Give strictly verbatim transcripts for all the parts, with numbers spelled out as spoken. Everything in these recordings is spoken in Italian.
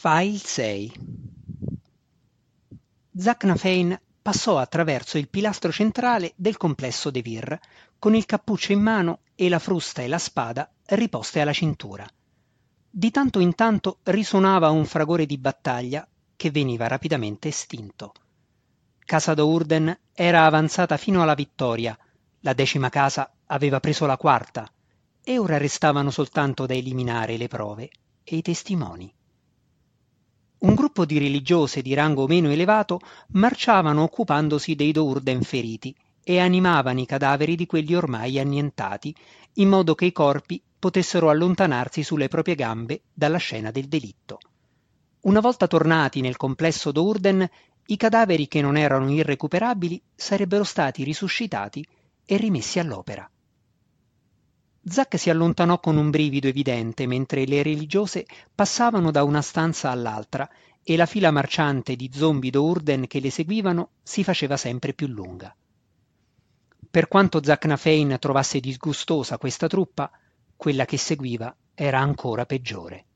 File sei. Zaknafein passò attraverso il pilastro centrale del complesso De Vir, con il cappuccio in mano e la frusta e la spada riposte alla cintura. Di tanto in tanto risuonava un fragore di battaglia che veniva rapidamente estinto. Casa Do'Urden era avanzata fino alla vittoria, la decima casa aveva preso la quarta, e ora restavano soltanto da eliminare le prove e i testimoni. Un gruppo di religiose di rango meno elevato marciavano occupandosi dei Do'Urden feriti e animavano i cadaveri di quelli ormai annientati, in modo che i corpi potessero allontanarsi sulle proprie gambe dalla scena del delitto. Una volta tornati nel complesso Do'Urden, i cadaveri che non erano irrecuperabili sarebbero stati risuscitati e rimessi all'opera. Zack si allontanò con un brivido evidente mentre le religiose passavano da una stanza all'altra e la fila marciante di zombie Do'Urden che le seguivano si faceva sempre più lunga. Per quanto Zaknafein trovasse disgustosa questa truppa, quella che seguiva era ancora peggiore.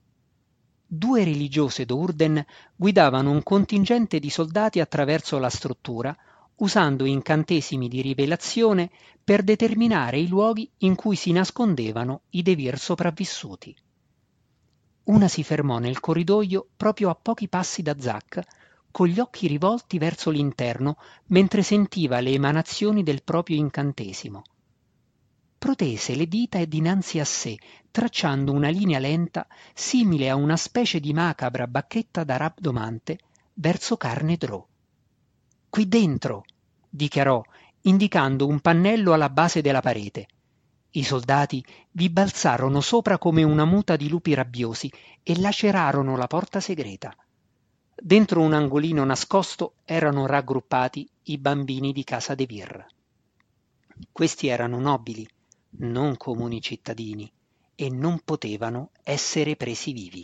Due religiose Do'Urden guidavano un contingente di soldati attraverso la struttura, usando incantesimi di rivelazione per determinare i luoghi in cui si nascondevano i De Vir sopravvissuti. Una si fermò nel corridoio proprio a pochi passi da Zack, con gli occhi rivolti verso l'interno mentre sentiva le emanazioni del proprio incantesimo. Protese le dita dinanzi a sé, tracciando una linea lenta, simile a una specie di macabra bacchetta da rabdomante, verso Carne Drò. «Qui dentro!» dichiarò, indicando un pannello alla base della parete. I soldati vi balzarono sopra come una muta di lupi rabbiosi e lacerarono la porta segreta. Dentro un angolino nascosto erano raggruppati i bambini di casa De Vir. Questi erano nobili, non comuni cittadini, e non potevano essere presi vivi.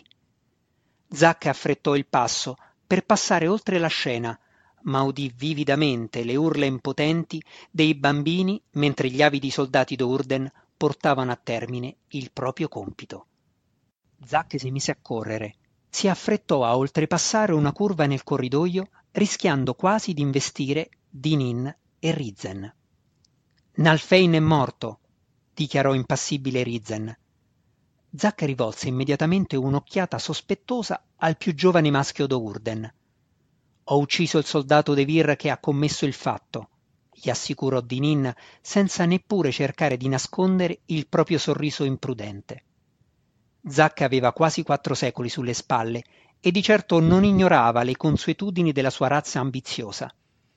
Zack affrettò il passo per passare oltre la scena, ma udì vividamente le urla impotenti dei bambini mentre gli avidi soldati Do'Urden portavano a termine il proprio compito. Zack si mise a correre, si affrettò a oltrepassare una curva nel corridoio, rischiando quasi di investire Dinin e Riezen. «Nalfein è morto», dichiarò impassibile Riezen. Zack rivolse immediatamente un'occhiata sospettosa al più giovane maschio Do'Urden. «Ho ucciso il soldato De Vir che ha commesso il fatto», gli assicurò Dinin senza neppure cercare di nascondere il proprio sorriso imprudente. Zack aveva quasi quattro secoli sulle spalle e di certo non ignorava le consuetudini della sua razza ambiziosa.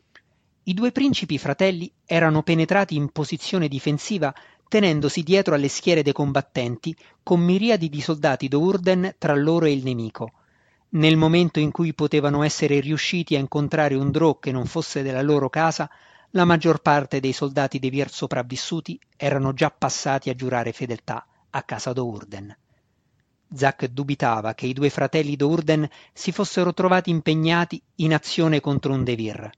I due principi fratelli erano penetrati in posizione difensiva tenendosi dietro alle schiere dei combattenti con miriadi di soldati Do'Urden tra loro e il nemico. Nel momento in cui potevano essere riusciti a incontrare un Drow che non fosse della loro casa, la maggior parte dei soldati De Vir sopravvissuti erano già passati a giurare fedeltà a casa Do'Urden. Zack dubitava che i due fratelli Do'Urden si fossero trovati impegnati in azione contro un De Vir.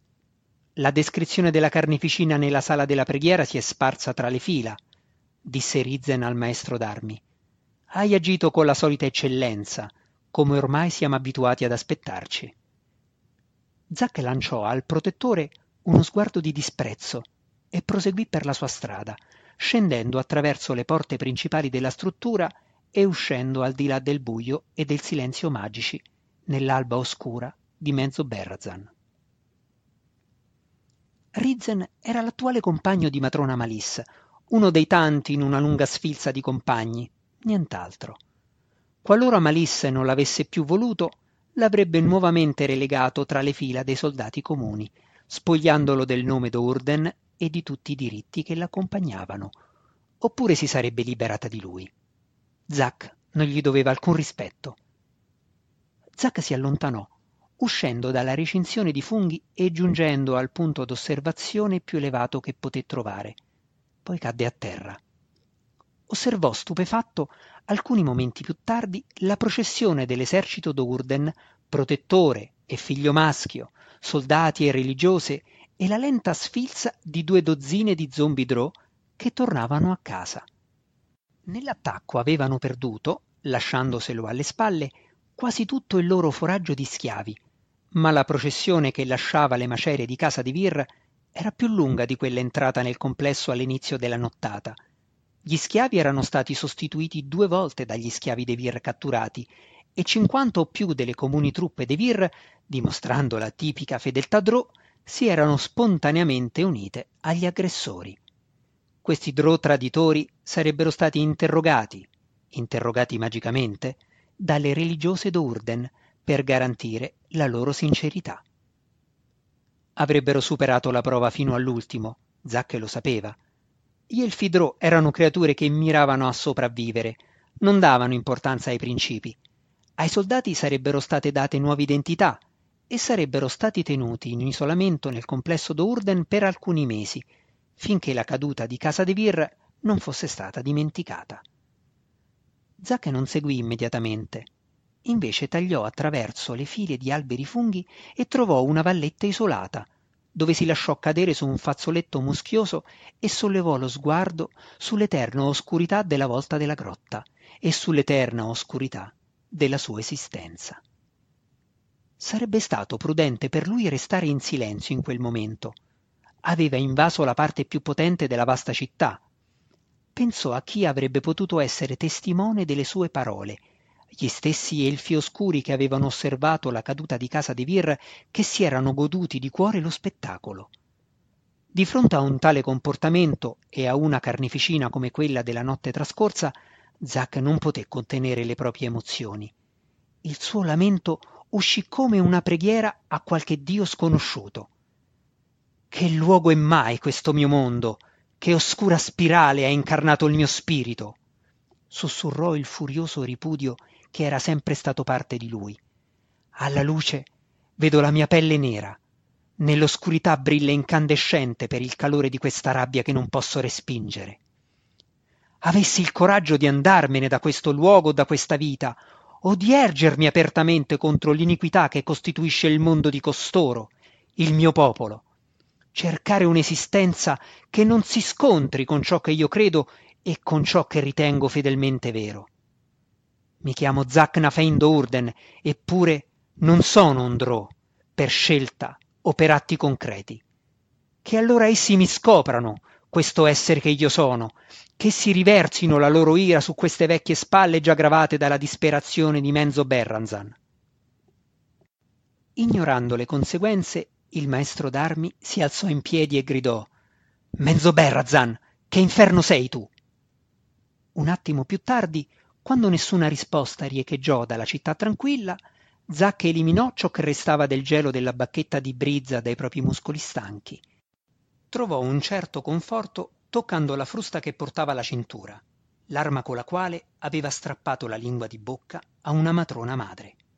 «La descrizione della carneficina nella sala della preghiera si è sparsa tra le fila», disse Riezen al maestro d'armi. «Hai agito con la solita eccellenza, come ormai siamo abituati ad aspettarci». Zack lanciò al protettore uno sguardo di disprezzo e proseguì per la sua strada, scendendo attraverso le porte principali della struttura e uscendo al di là del buio e del silenzio magici, nell'alba oscura di mezzo Berrazan. Riezen era l'attuale compagno di matrona Malice, uno dei tanti in una lunga sfilza di compagni, nient'altro. Qualora Malice non l'avesse più voluto, l'avrebbe nuovamente relegato tra le fila dei soldati comuni, spogliandolo del nome Do'Urden e di tutti i diritti che l'accompagnavano, oppure si sarebbe liberata di lui. Zack non gli doveva alcun rispetto. Zack si allontanò, uscendo dalla recinzione di funghi e giungendo al punto d'osservazione più elevato che poté trovare. Poi cadde a terra. Osservò stupefatto, alcuni momenti più tardi, la processione dell'esercito Do'Urden, protettore e figlio maschio, soldati e religiose, e la lenta sfilza di due dozzine di zombie Drow che tornavano a casa. Nell'attacco avevano perduto, lasciandoselo alle spalle, quasi tutto il loro foraggio di schiavi, ma la processione che lasciava le macerie di casa di Vir era più lunga di quella entrata nel complesso all'inizio della nottata. Gli schiavi erano stati sostituiti due volte dagli schiavi dei Vir catturati e cinquanta o più delle comuni truppe dei Vir, dimostrando la tipica fedeltà Drò, si erano spontaneamente unite agli aggressori. Questi Drò traditori sarebbero stati interrogati, interrogati magicamente, dalle religiose d'Urden per garantire la loro sincerità. Avrebbero superato la prova fino all'ultimo, Zack lo sapeva. Gli Elfi Drò erano creature che miravano a sopravvivere, non davano importanza ai principi. Ai soldati sarebbero state date nuove identità e sarebbero stati tenuti in isolamento nel complesso d'Urden per alcuni mesi, finché la caduta di Casa de Vir non fosse stata dimenticata. Zack non seguì immediatamente. Invece tagliò attraverso le file di alberi funghi e trovò una valletta isolata, dove si lasciò cadere su un fazzoletto muschioso e sollevò lo sguardo sull'eterna oscurità della volta della grotta e sull'eterna oscurità della sua esistenza. Sarebbe stato prudente per lui restare in silenzio in quel momento. Aveva invaso la parte più potente della vasta città. Pensò a chi avrebbe potuto essere testimone delle sue parole, gli stessi elfi oscuri che avevano osservato la caduta di Casa de Vir, che si erano goduti di cuore lo spettacolo. Di fronte a un tale comportamento e a una carneficina come quella della notte trascorsa, Zack non poté contenere le proprie emozioni. Il suo lamento uscì come una preghiera a qualche dio sconosciuto. Che luogo è mai questo mio mondo? Che oscura spirale ha incarnato il mio spirito? Sussurrò il furioso ripudio che era sempre stato parte di lui. Alla luce vedo la mia pelle nera. Nell'oscurità brilla incandescente per il calore di questa rabbia che non posso respingere. Avessi il coraggio di andarmene da questo luogo, da questa vita, o di ergermi apertamente contro l'iniquità che costituisce il mondo di costoro, il mio popolo. Cercare un'esistenza che non si scontri con ciò che io credo e con ciò che ritengo fedelmente vero. Mi chiamo Zack Nafein d'Urden, eppure non sono un Drò, per scelta o per atti concreti. Che allora essi mi scoprano, questo essere che io sono, che si riversino la loro ira su queste vecchie spalle già gravate dalla disperazione di Menzoberranzan. Ignorando le conseguenze, il maestro d'armi si alzò in piedi e gridò: Menzoberranzan, che inferno sei tu? Un attimo più tardi, quando nessuna risposta riecheggiò dalla città tranquilla, Zack eliminò ciò che restava del gelo della bacchetta di brizza dai propri muscoli stanchi. Trovò un certo conforto toccando la frusta che portava alla cintura, l'arma con la quale aveva strappato la lingua di bocca a una matrona madre.